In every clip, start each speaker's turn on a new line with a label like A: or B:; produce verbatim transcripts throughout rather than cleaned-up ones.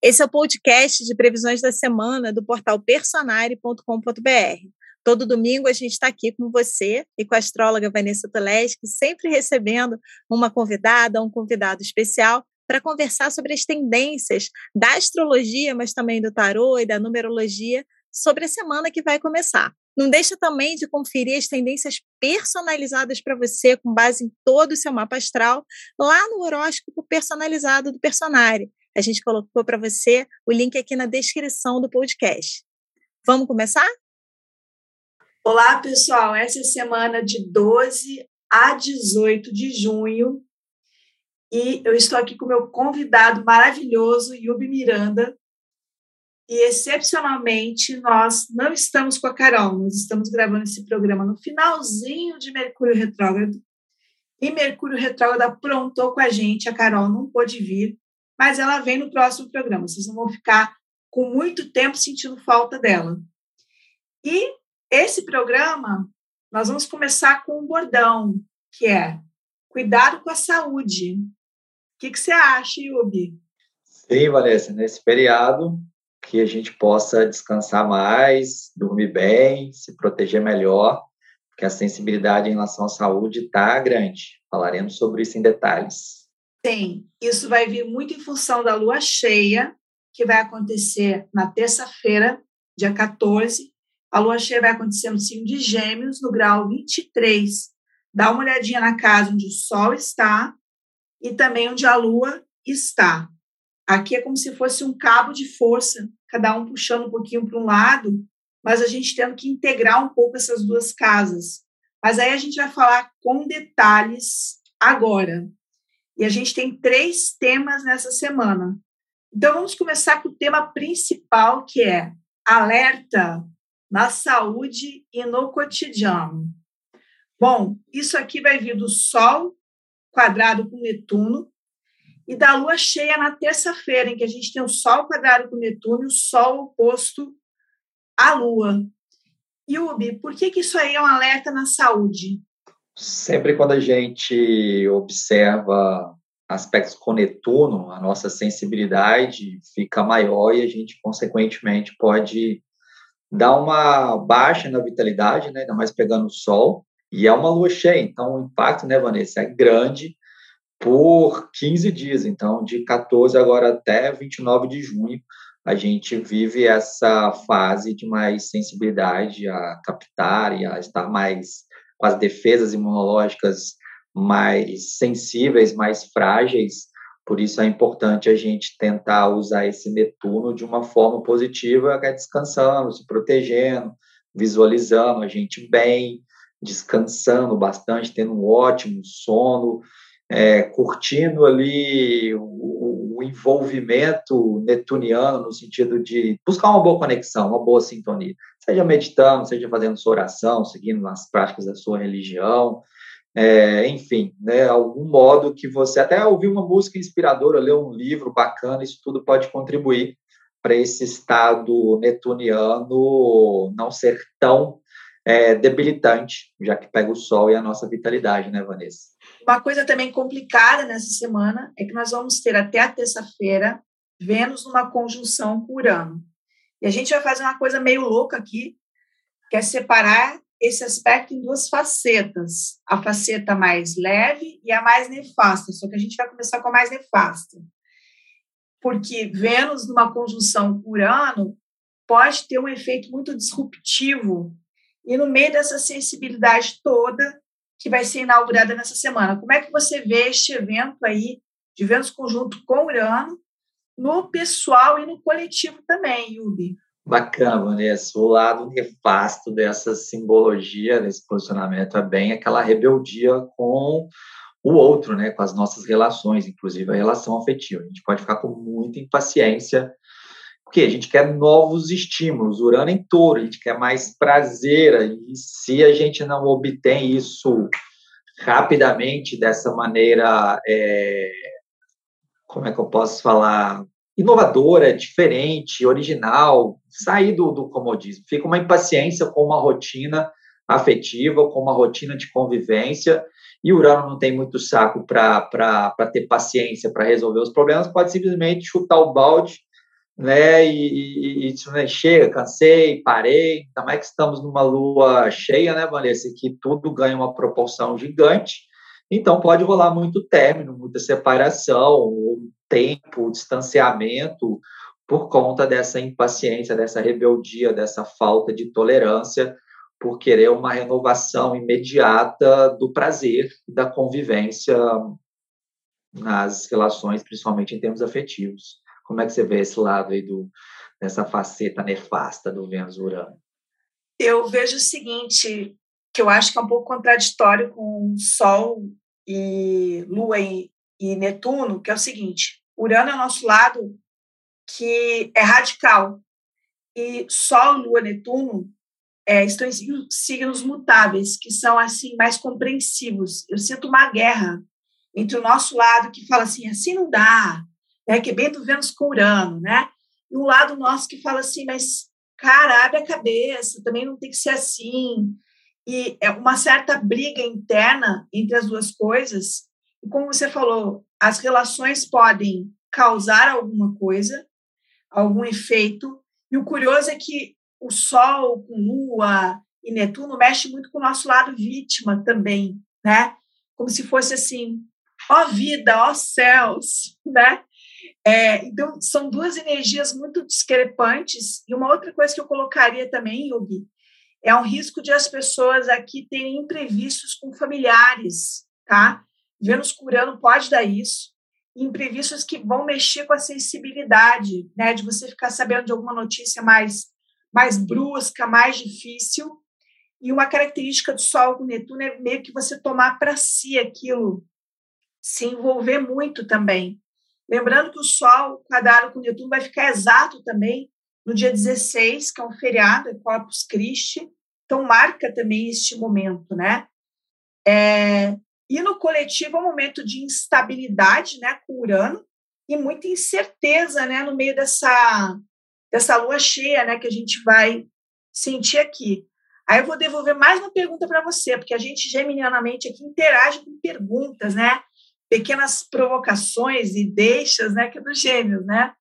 A: Esse é o podcast de previsões da semana do portal personare ponto com ponto b r. Todo domingo a gente está aqui com você e com a astróloga Vanessa Toleschi, sempre recebendo uma convidada, um convidado especial para conversar sobre as tendências da astrologia, mas também do tarô e da numerologia sobre a semana que vai começar. Não deixa também de conferir as tendências personalizadas para você, com base em todo o seu mapa astral, lá no horóscopo personalizado do Personare. A gente colocou para você o link aqui na descrição do podcast. Vamos começar?
B: Olá, pessoal. Essa é a semana de doze a dezoito de junho e eu estou aqui com o meu convidado maravilhoso, Yubi Miranda, e, excepcionalmente, nós não estamos com a Carol, nós estamos gravando esse programa no finalzinho de Mercúrio Retrógrado, e Mercúrio Retrógrado aprontou com a gente, a Carol não pôde vir, mas ela vem no próximo programa, vocês não vão ficar com muito tempo sentindo falta dela. E esse programa, nós vamos começar com um bordão, que é cuidado com a saúde. O que, que você acha, Yubi?
C: Sim, Vanessa, nesse feriado, que a gente possa descansar mais, dormir bem, se proteger melhor, porque a sensibilidade em relação à saúde está grande. Falaremos sobre isso em detalhes.
B: Sim, isso vai vir muito em função da lua cheia, que vai acontecer na terça-feira, dia quatorze. A lua cheia vai acontecer no signo de Gêmeos, no grau vinte e três. Dá uma olhadinha na casa onde o Sol está e também onde a lua está. Aqui é como se fosse um cabo de força, cada um puxando um pouquinho para um lado, mas a gente tendo que integrar um pouco essas duas casas. Mas aí a gente vai falar com detalhes agora. E a gente tem três temas nessa semana. Então, vamos começar com o tema principal, que é alerta na saúde e no cotidiano. Bom, isso aqui vai vir do Sol quadrado com Netuno e da Lua cheia na terça-feira, em que a gente tem o Sol quadrado com Netuno e o Sol oposto à Lua. Yubi, por que, que isso aí é um alerta na saúde?
C: Sempre quando a gente observa aspectos com Netuno, a nossa sensibilidade fica maior e a gente, consequentemente, pode dar uma baixa na vitalidade, né, ainda mais pegando o Sol, e é uma lua cheia, então o impacto, né, Vanessa, é grande por quinze dias, então de quatorze agora até vinte e nove de junho, a gente vive essa fase de mais sensibilidade a captar e a estar mais com as defesas imunológicas mais sensíveis, mais frágeis. Por isso é importante a gente tentar usar esse Netuno de uma forma positiva, que é descansando, se protegendo, visualizando a gente bem, descansando bastante, tendo um ótimo sono, é, curtindo ali o, o envolvimento netuniano no sentido de buscar uma boa conexão, uma boa sintonia. Seja meditando, seja fazendo sua oração, seguindo as práticas da sua religião, É, enfim, né, algum modo que você até ouvir uma música inspiradora, ler um livro bacana, isso tudo pode contribuir para esse estado netuniano não ser tão é, debilitante, já que pega o Sol e a nossa vitalidade, né, Vanessa?
B: Uma coisa também complicada nessa semana é que nós vamos ter até a terça-feira Vênus numa conjunção com Urano. E a gente vai fazer uma coisa meio louca aqui, que é separar esse aspecto em duas facetas, a faceta mais leve e a mais nefasta, só que a gente vai começar com a mais nefasta, porque Vênus numa conjunção com Urano pode ter um efeito muito disruptivo e no meio dessa sensibilidade toda que vai ser inaugurada nessa semana. Como é que você vê este evento aí de Vênus conjunto com Urano no pessoal e no coletivo também, Yubi?
C: Bacana, Vanessa. O lado nefasto dessa simbologia, desse posicionamento, é bem aquela rebeldia com o outro, né? Com as nossas relações, inclusive a relação afetiva. A gente pode ficar com muita impaciência, porque a gente quer novos estímulos. Urano em Touro, a gente quer mais prazer, e se a gente não obtém isso rapidamente, dessa maneira, é... como é que eu posso falar? Inovadora, diferente, original, sair do, do comodismo. Fica uma impaciência com uma rotina afetiva, com uma rotina de convivência, e Urano não tem muito saco para ter paciência para resolver os problemas, pode simplesmente chutar o balde, né? E, e, e isso, né? Chega, cansei, parei. Ainda mais que estamos numa lua cheia, né, Vanessa? Que tudo ganha uma proporção gigante. Então, pode rolar muito término, muita separação, tempo, distanciamento, por conta dessa impaciência, dessa rebeldia, dessa falta de tolerância, por querer uma renovação imediata do prazer, da convivência nas relações, principalmente em termos afetivos. Como é que você vê esse lado aí do, dessa faceta nefasta do Vênus-Urano?
B: Eu vejo o seguinte, que eu acho que é um pouco contraditório com Sol e Lua e, e Netuno, que é o seguinte: Urano é o nosso lado que é radical, e Sol, Lua, Netuno é, estão em signos mutáveis, que são assim mais compreensivos. Eu sinto uma guerra entre o nosso lado que fala assim, assim não dá, né, que é bem do Vênus com Urano, né? E um lado nosso que fala assim, mas cara, abre a cabeça, também não tem que ser assim. E é uma certa briga interna entre as duas coisas. E como você falou, as relações podem causar alguma coisa, algum efeito. E o curioso é que o Sol com Lua e Netuno mexe muito com o nosso lado vítima também, né? Como se fosse assim, ó vida, ó céus, né? É, então, são duas energias muito discrepantes. E uma outra coisa que eu colocaria também, Yubi, é um risco de as pessoas aqui terem imprevistos com familiares, tá? Vênus com Urano pode dar isso. Imprevistos que vão mexer com a sensibilidade, né? De você ficar sabendo de alguma notícia mais, mais brusca, mais difícil. E uma característica do Sol com Netuno é meio que você tomar para si aquilo, se envolver muito também. Lembrando que o Sol quadrado com Netuno vai ficar exato também no dia dezesseis, que é um feriado, é Corpus Christi, então marca também este momento, né? É, e no coletivo é um momento de instabilidade, né, com Urano, e muita incerteza, né, no meio dessa, dessa lua cheia, né, que a gente vai sentir aqui. Aí eu vou devolver mais uma pergunta para você, porque a gente geminianamente aqui interage com perguntas, né? Pequenas provocações e deixas, né, que é do Gêmeos, né?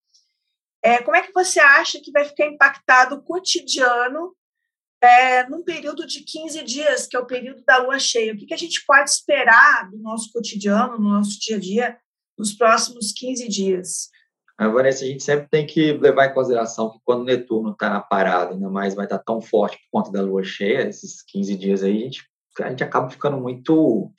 B: É, como é que você acha que vai ficar impactado o cotidiano é, num período de quinze dias, que é o período da lua cheia? O que, que a gente pode esperar do nosso cotidiano, no nosso dia a dia, nos próximos quinze dias?
C: Agora, a gente sempre tem que levar em consideração que quando o Netuno está parado, ainda mais vai estar tão forte por conta da lua cheia, esses quinze dias aí, a gente, a gente acaba ficando muito...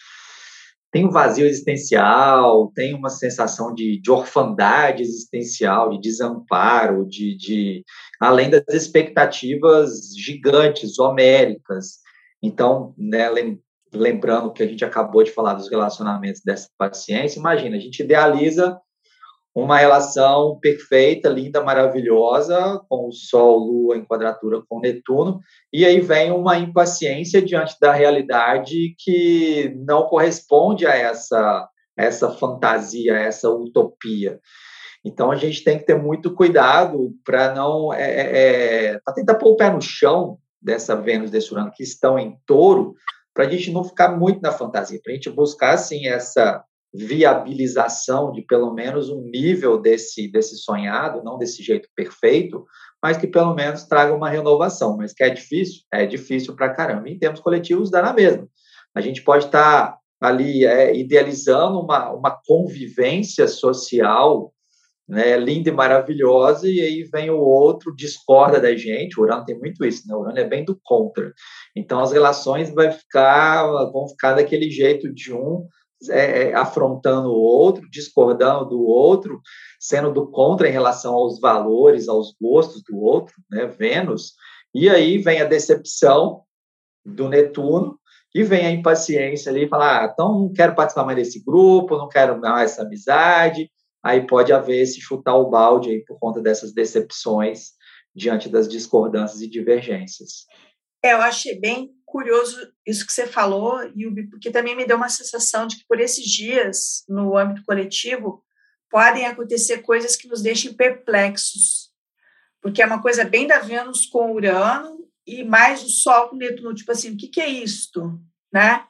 C: Tem um vazio existencial, tem uma sensação de, de orfandade existencial, de desamparo, de, de além das expectativas gigantes, homéricas. Então, né, lembrando que a gente acabou de falar dos relacionamentos dessa paciência, imagina, a gente idealiza uma relação perfeita, linda, maravilhosa, com o Sol, Lua em quadratura com Netuno, e aí vem uma impaciência diante da realidade que não corresponde a essa, essa fantasia, a essa utopia. Então, a gente tem que ter muito cuidado para não... É, é, para tentar pôr o pé no chão dessa Vênus, desse Urano, que estão em touro, para a gente não ficar muito na fantasia, para a gente buscar, assim, essa viabilização de pelo menos um nível desse, desse sonhado, não desse jeito perfeito, mas que pelo menos traga uma renovação. Mas que é difícil? É difícil para caramba. Em termos coletivos, dá na mesma. A gente pode estar ali é, idealizando uma, uma convivência social, né, linda e maravilhosa, e aí vem o outro, discorda da gente. O Urano tem muito isso, né? O Urano é bem do contra. Então, as relações vai ficar, vão ficar daquele jeito de um É, afrontando o outro, discordando do outro, sendo do contra em relação aos valores, aos gostos do outro, né, Vênus, e aí vem a decepção do Netuno, e vem a impaciência ali, falar, ah, então não quero participar mais desse grupo, não quero mais essa amizade, aí pode haver esse chutar o balde aí por conta dessas decepções diante das discordâncias e divergências.
B: É, eu achei bem curioso isso que você falou, Yubi, porque também me deu uma sensação de que por esses dias, no âmbito coletivo, podem acontecer coisas que nos deixem perplexos, porque é uma coisa bem da Vênus com Urano e mais o Sol com Netuno, tipo assim, o que, que é isto? Né?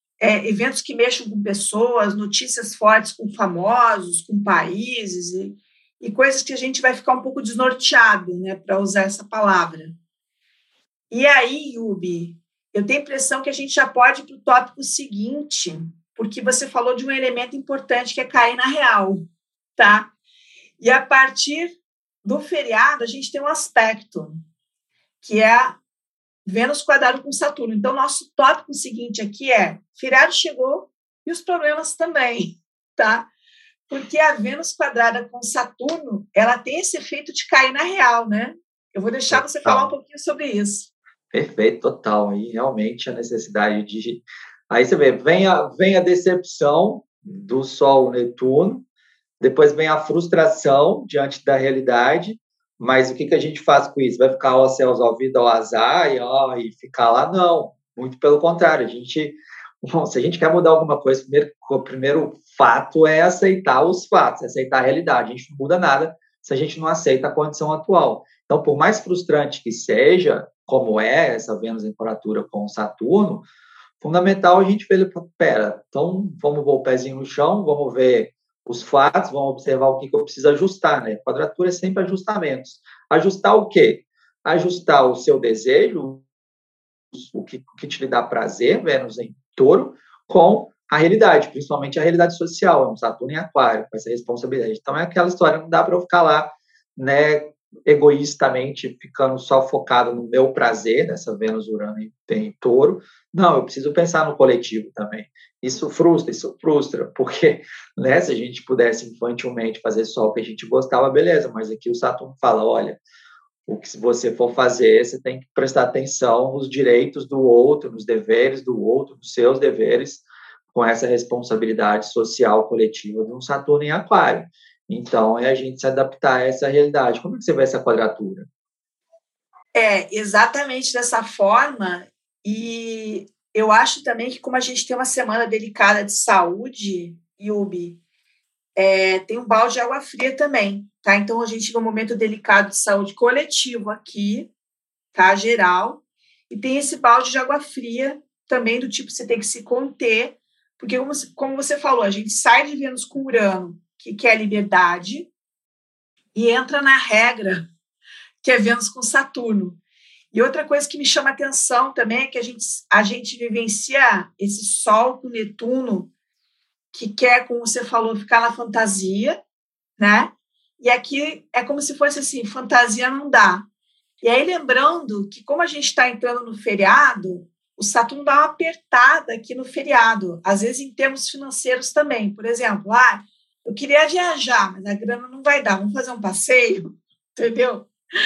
B: É, eventos que mexam com pessoas, notícias fortes com famosos, com países, e, e coisas que a gente vai ficar um pouco desnorteado, né, para usar essa palavra. E aí, Yubi, eu tenho a impressão que a gente já pode ir para o tópico seguinte, porque você falou de um elemento importante que é cair na real, tá? E a partir do feriado, a gente tem um aspecto, que é Vênus quadrado com Saturno. Então, nosso tópico seguinte aqui é feriado chegou e os problemas também, tá? Porque a Vênus quadrada com Saturno, ela tem esse efeito de cair na real, né? Eu vou deixar você falar um pouquinho sobre isso.
C: Perfeito, total. E realmente a necessidade de... Aí você vê, vem a, vem a decepção do Sol Netuno, depois vem a frustração diante da realidade, mas o que, que a gente faz com isso? Vai ficar ao céus, ao vida, ao azar e, ó, e ficar lá? Não, muito pelo contrário. A gente, bom, se a gente quer mudar alguma coisa, primeiro, o primeiro fato é aceitar os fatos, aceitar a realidade. A gente não muda nada se a gente não aceita a condição atual. Então, por mais frustrante que seja, como é essa Vênus em quadratura com Saturno, fundamental a gente ver, pera, então vamos pôr o pezinho no chão, vamos ver os fatos, vamos observar o que, que eu preciso ajustar, né? Quadratura é sempre ajustamentos. Ajustar o quê? Ajustar o seu desejo, o que, o que te dá prazer, Vênus em Touro, com a realidade, principalmente a realidade social, é um Saturno em Aquário, com essa responsabilidade. Então é aquela história, não dá para eu ficar lá, né, egoístamente, ficando só focado no meu prazer, nessa Vênus Urano em, em Touro. Não, eu preciso pensar no coletivo também. Isso frustra, isso frustra, porque, né, se a gente pudesse infantilmente fazer só o que a gente gostava, beleza, mas aqui o Saturno fala, olha, o que você for fazer, você tem que prestar atenção nos direitos do outro, nos deveres do outro, nos seus deveres, com essa responsabilidade social coletiva de um Saturno em Aquário. Então, é a gente se adaptar a essa realidade. Como é que você vê essa quadratura?
B: É, exatamente dessa forma. E eu acho também que, como a gente tem uma semana delicada de saúde, Yubi, é, tem um balde de água fria também, tá? Então, a gente tem um momento delicado de saúde coletivo aqui, tá? Geral. E tem esse balde de água fria também, do tipo, você tem que se conter, porque, como, como você falou, a gente sai de Vênus com Urano, que quer liberdade, e entra na regra, que é Vênus com Saturno. E outra coisa que me chama a atenção também é que a gente, a gente vivencia esse Sol com Netuno, que quer, como você falou, ficar na fantasia, né? E aqui é como se fosse assim, fantasia não dá. E aí, lembrando que, como a gente está entrando no feriado, o Saturno dá uma apertada aqui no feriado, às vezes em termos financeiros também. Por exemplo, ah, eu queria viajar, mas a grana não vai dar, vamos fazer um passeio, entendeu?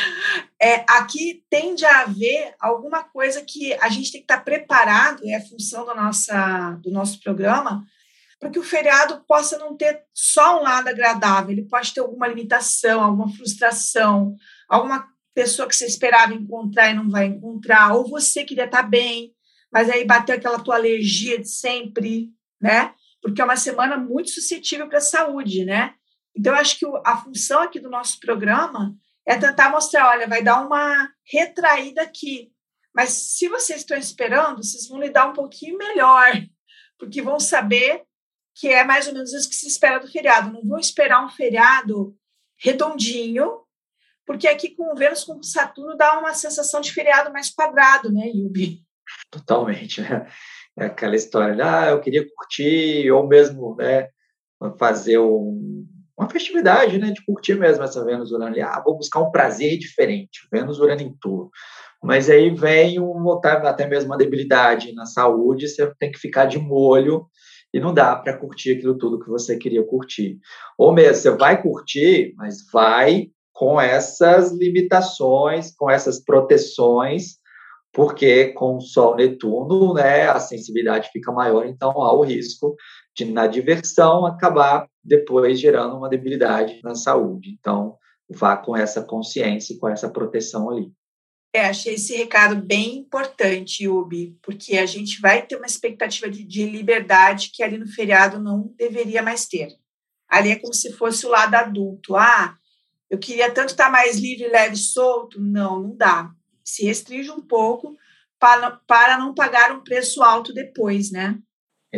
B: É, aqui tende a haver alguma coisa que a gente tem que estar preparado, é a função da nossa, do nosso programa, para que o feriado possa não ter só um lado agradável, ele pode ter alguma limitação, alguma frustração, alguma pessoa que você esperava encontrar e não vai encontrar, ou você queria estar bem, mas aí bateu aquela tua alergia de sempre, né? Porque é uma semana muito suscetível para a saúde, né? Então, eu acho que a função aqui do nosso programa é tentar mostrar, olha, vai dar uma retraída aqui, mas se vocês estão esperando, vocês vão lidar um pouquinho melhor, porque vão saber que é mais ou menos isso que se espera do feriado. Não vão esperar um feriado redondinho, porque aqui com o Vênus com o Saturno dá uma sensação de feriado mais quadrado, né, Yubi?
C: Totalmente, né? É aquela história de, ah, eu queria curtir, ou mesmo, né, fazer um, uma festividade, né, de curtir mesmo essa Vênus Urano. Ah, vou buscar um prazer diferente, Vênus Urano em Touro. Mas aí vem um, até mesmo uma debilidade na saúde, você tem que ficar de molho e não dá para curtir aquilo tudo que você queria curtir. Ou mesmo, você vai curtir, mas vai com essas limitações, com essas proteções, porque com o Sol Netuno, né, a sensibilidade fica maior, então há o risco de, na diversão, acabar depois gerando uma debilidade na saúde. Então, vá com essa consciência e com essa proteção ali.
B: É, achei esse recado bem importante, Yubi, porque a gente vai ter uma expectativa de, de liberdade que ali no feriado não deveria mais ter. Ali é como se fosse o lado adulto. Ah, eu queria tanto estar mais livre, leve, solto. Não, não dá. Se restringe um pouco para, para não pagar um preço alto depois, né?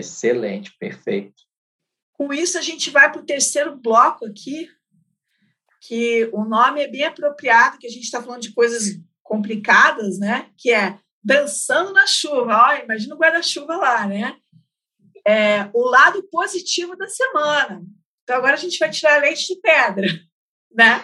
C: Excelente, perfeito.
B: Com isso, a gente vai para o terceiro bloco aqui, que o nome é bem apropriado, que a gente está falando de coisas complicadas, né? Que é dançando na chuva. Olha, imagina o guarda-chuva lá, né? É, o lado positivo da semana. Então, agora a gente vai tirar leite de pedra, né?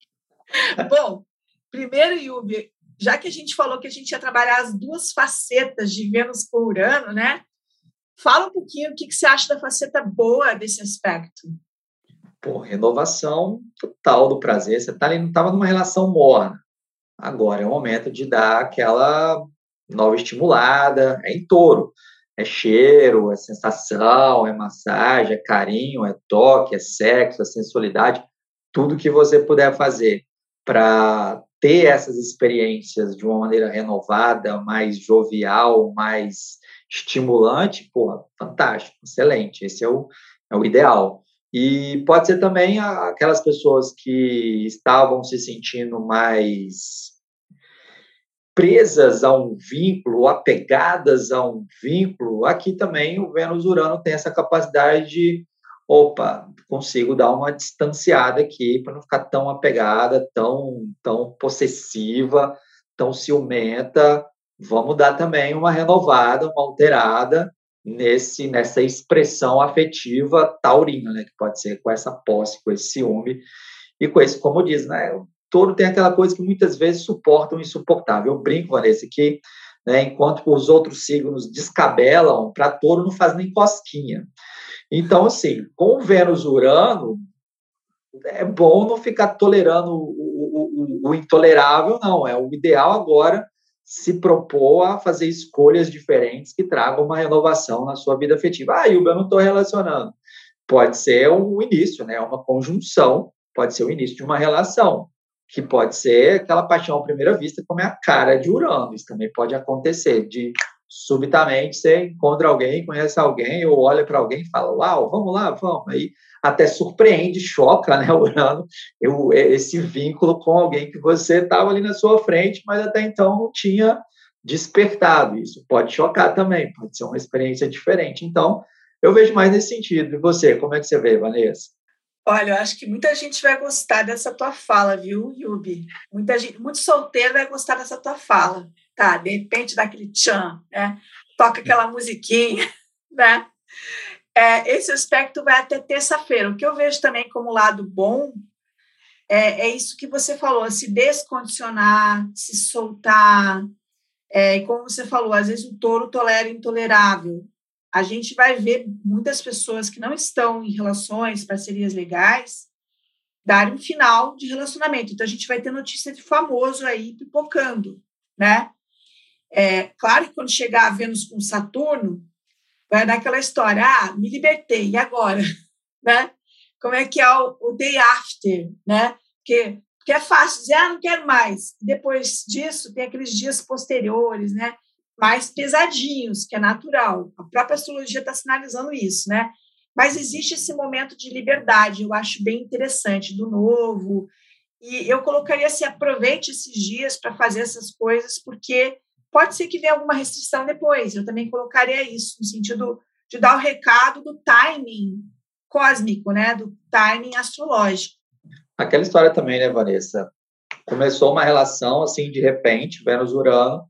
B: Bom, primeiro, Yubi, já que a gente falou que a gente ia trabalhar as duas facetas de Vênus com Urano, né? Fala um pouquinho o que, que você acha da faceta boa desse aspecto.
C: Pô, renovação total do prazer. Você tá ali, não estava numa relação morna. Agora é o momento de dar aquela nova estimulada. É em touro. É cheiro, é sensação, é massagem, é carinho, é toque, é sexo, é sensualidade. Tudo que você puder fazer para ter essas experiências de uma maneira renovada, mais jovial, mais estimulante, porra, fantástico, excelente. Esse é o, é o ideal. E pode ser também aquelas pessoas que estavam se sentindo mais presas a um vínculo, apegadas a um vínculo. Aqui também o Vênus-Urano tem essa capacidade de, opa, consigo dar uma distanciada aqui para não ficar tão apegada, tão, tão possessiva, tão ciumenta. Vamos dar também uma renovada, uma alterada nesse, nessa expressão afetiva taurina, né? Que pode ser com essa posse, com esse ciúme e com esse, como diz, né? O touro tem aquela coisa que muitas vezes suporta o insuportável. Eu brinco, Vanessa, que, né, enquanto os outros signos descabelam, para touro não faz nem cosquinha. Então, assim, com o Vênus-Urano, é bom não ficar tolerando o, o, o, o intolerável, não. É o ideal agora se propor a fazer escolhas diferentes que tragam uma renovação na sua vida afetiva. Ah, Ilba, eu não estou relacionando. Pode ser o início, né? Uma conjunção, pode ser o início de uma relação, que pode ser aquela paixão à primeira vista, como é a cara de Urano. Isso também pode acontecer, de subitamente você encontra alguém, conhece alguém, ou olha para alguém e fala, uau, vamos lá, vamos. Aí até surpreende, choca, né, Urano, eu, esse vínculo com alguém que você estava ali na sua frente, mas até então não tinha despertado. Isso pode chocar também, pode ser uma experiência diferente. Então, eu vejo mais nesse sentido. E você, como é que você vê, Vanessa?
B: Olha, eu acho que muita gente vai gostar dessa tua fala, viu, Yubi? Muita gente, muito solteiro vai gostar dessa tua fala, tá? De repente dá aquele tchan, né? Toca aquela musiquinha, né? É, esse aspecto vai até terça-feira. O que eu vejo também como lado bom é, é isso que você falou, se descondicionar, se soltar. É, e como você falou, às vezes o touro tolera o intolerável. A gente vai ver muitas pessoas que não estão em relações, parcerias legais, darem um final de relacionamento. Então, a gente vai ter notícia de famoso aí pipocando, né? É, claro que quando chegar a Vênus com Saturno, vai dar aquela história, ah, me libertei, e agora? Né? Como é que é o, o day after, né? Porque, porque é fácil dizer, ah, não quero mais. Depois disso, tem aqueles dias posteriores, né? Mais pesadinhos, que é natural. A própria astrologia está sinalizando isso, né? Mas existe esse momento de liberdade, eu acho bem interessante, do novo. E eu colocaria assim, aproveite esses dias para fazer essas coisas, porque pode ser que venha alguma restrição depois. Eu também colocaria isso, no sentido de dar o recado do timing cósmico, né? Do timing astrológico.
C: Aquela história também, né, Vanessa? Começou uma relação, assim, de repente, Vênus-Urano,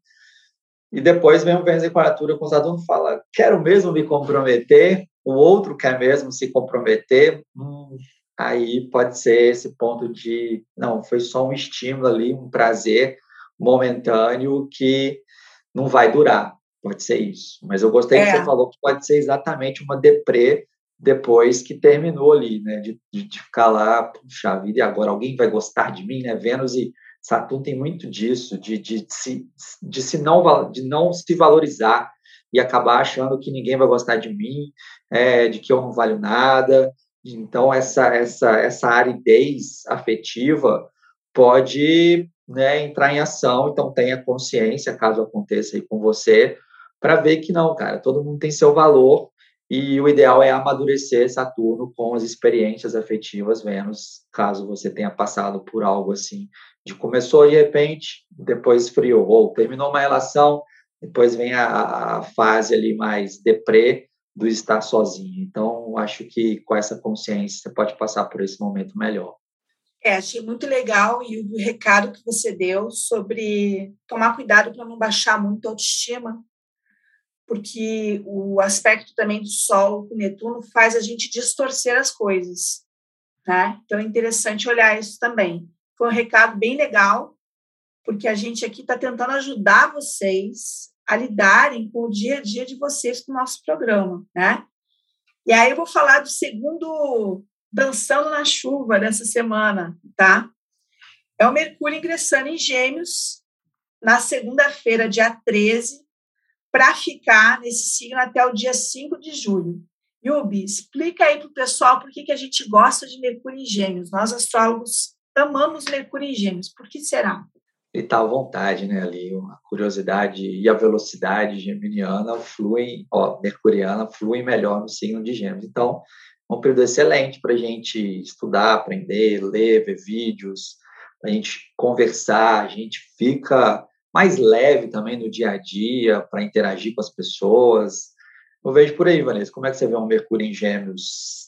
C: e depois vem o Vênus em quadratura com Saturno e fala, quero mesmo me comprometer, o outro quer mesmo se comprometer, hum, aí pode ser esse ponto de, não, foi só um estímulo ali, um prazer momentâneo que não vai durar, pode ser isso. Mas eu gostei é. que você falou que pode ser exatamente uma deprê depois que terminou ali, né, de, de ficar lá, puxa vida, e agora alguém vai gostar de mim, né, Vênus e Saturno tem muito disso, de, de, de, se, de, se não, de não se valorizar e acabar achando que ninguém vai gostar de mim, é, de que eu não valho nada. Então, essa, essa, essa aridez afetiva pode, né, entrar em ação. Então, tenha consciência, caso aconteça aí com você, para ver que não, cara, todo mundo tem seu valor e o ideal é amadurecer Saturno com as experiências afetivas Vênus, caso você tenha passado por algo assim, de começou de repente, depois esfriou, ou terminou uma relação, depois vem a, a fase ali mais deprê do estar sozinho. Então, acho que com essa consciência você pode passar por esse momento melhor.
B: É, achei muito legal e o recado que você deu sobre tomar cuidado para não baixar muito a autoestima, porque o aspecto também do Sol com Netuno faz a gente distorcer as coisas, né? Então é interessante olhar isso também. Foi um recado bem legal, porque a gente aqui está tentando ajudar vocês a lidarem com o dia a dia de vocês com o nosso programa, né? E aí eu vou falar do segundo Dançando na Chuva dessa semana, tá? É o Mercúrio ingressando em Gêmeos na segunda-feira, dia treze, para ficar nesse signo até o dia cinco de julho. Yubi, explica aí para o pessoal por que, que a gente gosta de Mercúrio em Gêmeos. Nós, astrólogos, amamos Mercúrio em Gêmeos. Por que será?
C: Ele está à vontade, né, ali, a curiosidade e a velocidade geminiana fluem, ó, mercuriana fluem melhor no signo de Gêmeos. Então, é um período excelente para a gente estudar, aprender, ler, ver vídeos, para a gente conversar, a gente fica mais leve também no dia a dia, para interagir com as pessoas. Eu vejo por aí, Vanessa, como é que você vê um Mercúrio em Gêmeos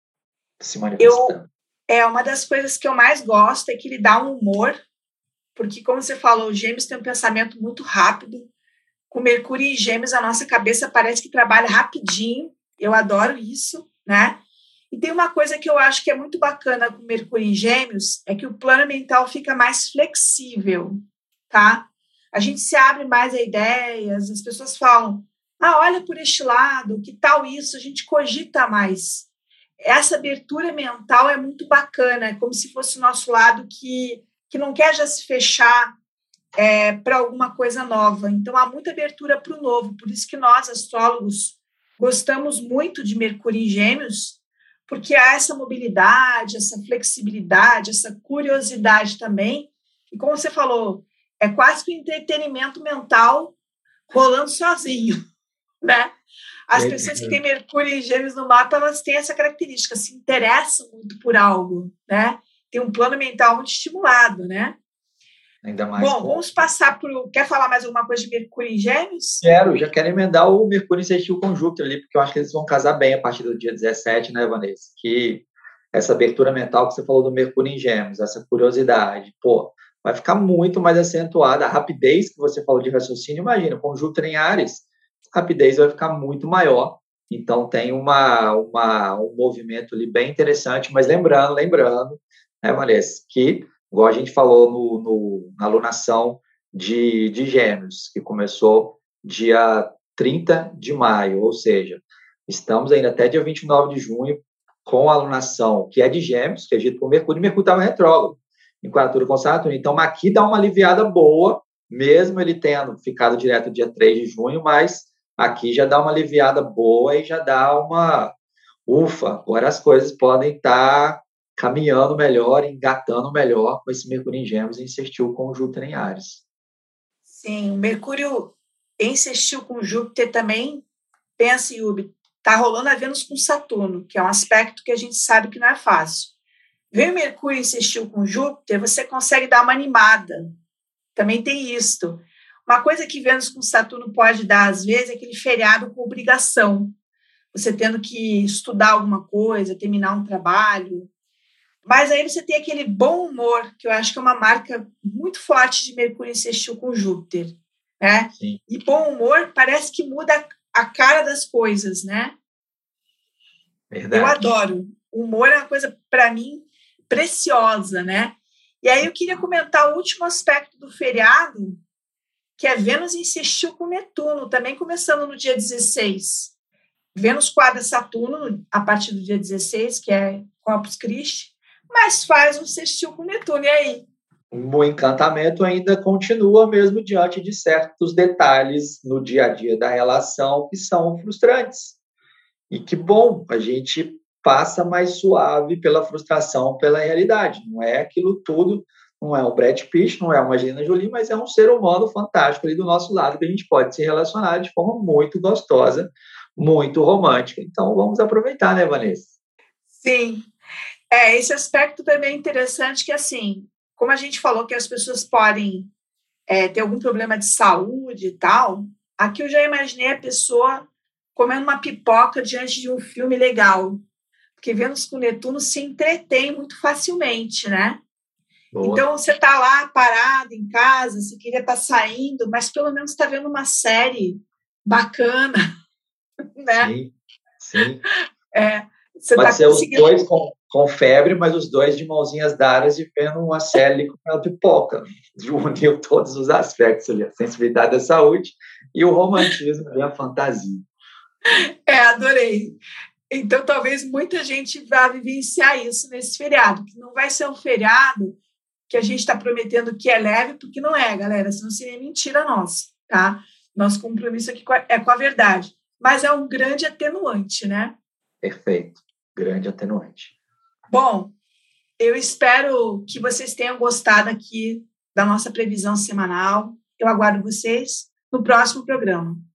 C: se manifestando?
B: Eu, é uma das coisas que eu mais gosto, é que ele dá um humor, porque, como você falou, o Gêmeos tem um pensamento muito rápido. Com Mercúrio em Gêmeos, a nossa cabeça parece que trabalha rapidinho. Eu adoro isso, né? E tem uma coisa que eu acho que é muito bacana com Mercúrio em Gêmeos, é que o plano mental fica mais flexível, tá? A gente se abre mais a ideias, as pessoas falam, ah, olha por este lado, que tal isso? A gente cogita mais. Essa abertura mental é muito bacana, é como se fosse o nosso lado que que não quer já se fechar é, para alguma coisa nova. Então, há muita abertura para o novo. Por isso que nós, astrólogos, gostamos muito de Mercúrio em Gêmeos, porque há essa mobilidade, essa flexibilidade, essa curiosidade também. E como você falou, é quase que um entretenimento mental rolando sozinho, né? As pessoas que têm Mercúrio em Gêmeos no mapa, elas têm essa característica, se interessam muito por algo, né? Tem um plano mental muito estimulado, né?
C: Ainda mais.
B: Bom, com... vamos passar para o... Quer falar mais alguma coisa de Mercúrio em Gêmeos?
C: Quero, já quero emendar o Mercúrio insistiu com Júpiter ali, porque eu acho que eles vão casar bem a partir do dia dezessete, né, Vanessa? Que essa abertura mental que você falou do Mercúrio em Gêmeos, essa curiosidade, pô, vai ficar muito mais acentuada. A rapidez que você falou de raciocínio, imagina, com Júpiter em Áries, a rapidez vai ficar muito maior. Então, tem uma, uma, um movimento ali bem interessante, mas lembrando, lembrando, né, Vanessa, que, igual a gente falou no, no, na alunação de, de Gêmeos, que começou dia trinta de maio, ou seja, estamos ainda até dia vinte e nove de junho com a alunação que é de Gêmeos, que é dito por Mercúrio, e Mercúrio estava retrógrado, em quadratura com Saturno. Então, aqui dá uma aliviada boa, mesmo ele tendo ficado direto dia três de junho, mas aqui já dá uma aliviada boa e já dá uma ufa, agora as coisas podem estar caminhando melhor, engatando melhor com esse Mercúrio em Gêmeos e insistiu com o Júpiter em Áries.
B: Sim, o Mercúrio insistiu com o Júpiter também, pensa, Yubi, está rolando a Vênus com Saturno, que é um aspecto que a gente sabe que não é fácil. Vem o Mercúrio insistiu com o Júpiter, você consegue dar uma animada. Também tem isto. Uma coisa que Vênus com Saturno pode dar, às vezes, é aquele feriado com obrigação. Você tendo que estudar alguma coisa, terminar um trabalho. Mas aí você tem aquele bom humor, que eu acho que é uma marca muito forte de Mercúrio insistiu com Júpiter, né?
C: Sim.
B: E bom humor parece que muda a cara das coisas, né?
C: Verdade.
B: Eu adoro. O humor é uma coisa, para mim, preciosa, né? E aí eu queria comentar o último aspecto do feriado, que é Vênus insistiu com Netuno, também começando no dia dezesseis. Vênus quadra Saturno a partir do dia dezesseis, que é Corpus Christi, mas faz um sextil com Netuno. E aí?
C: O encantamento ainda continua mesmo diante de certos detalhes no dia a dia da relação que são frustrantes. E que bom, a gente passa mais suave pela frustração, pela realidade. Não é aquilo tudo, não é um Brad Pitt, não é uma Angelina Jolie, mas é um ser humano fantástico ali do nosso lado que a gente pode se relacionar de forma muito gostosa, muito romântica. Então, vamos aproveitar, né, Vanessa?
B: Sim. É, esse aspecto também é interessante, que assim, como a gente falou que as pessoas podem é, ter algum problema de saúde e tal, aqui eu já imaginei a pessoa comendo uma pipoca diante de um filme legal. Porque Vênus com Netuno se entretém muito facilmente, né?
C: Boa.
B: Então, você está lá parado em casa, você queria estar saindo, mas pelo menos está vendo uma série bacana, né?
C: Sim, sim.
B: É, você
C: Pode
B: tá
C: ser
B: conseguindo...
C: os dois com, com febre, mas os dois de mãozinhas dadas e vendo uma série com a pipoca. Uniu todos os aspectos ali, a sensibilidade da saúde e o romantismo e a fantasia.
B: É, adorei. Então, talvez muita gente vá vivenciar isso nesse feriado, que não vai ser um feriado que a gente está prometendo que é leve, porque não é, galera, senão seria mentira nossa, tá? Nosso compromisso aqui é com a verdade. Mas é um grande atenuante, né?
C: Perfeito. Grande atenuante.
B: Bom, eu espero que vocês tenham gostado aqui da nossa previsão semanal. Eu aguardo vocês no próximo programa.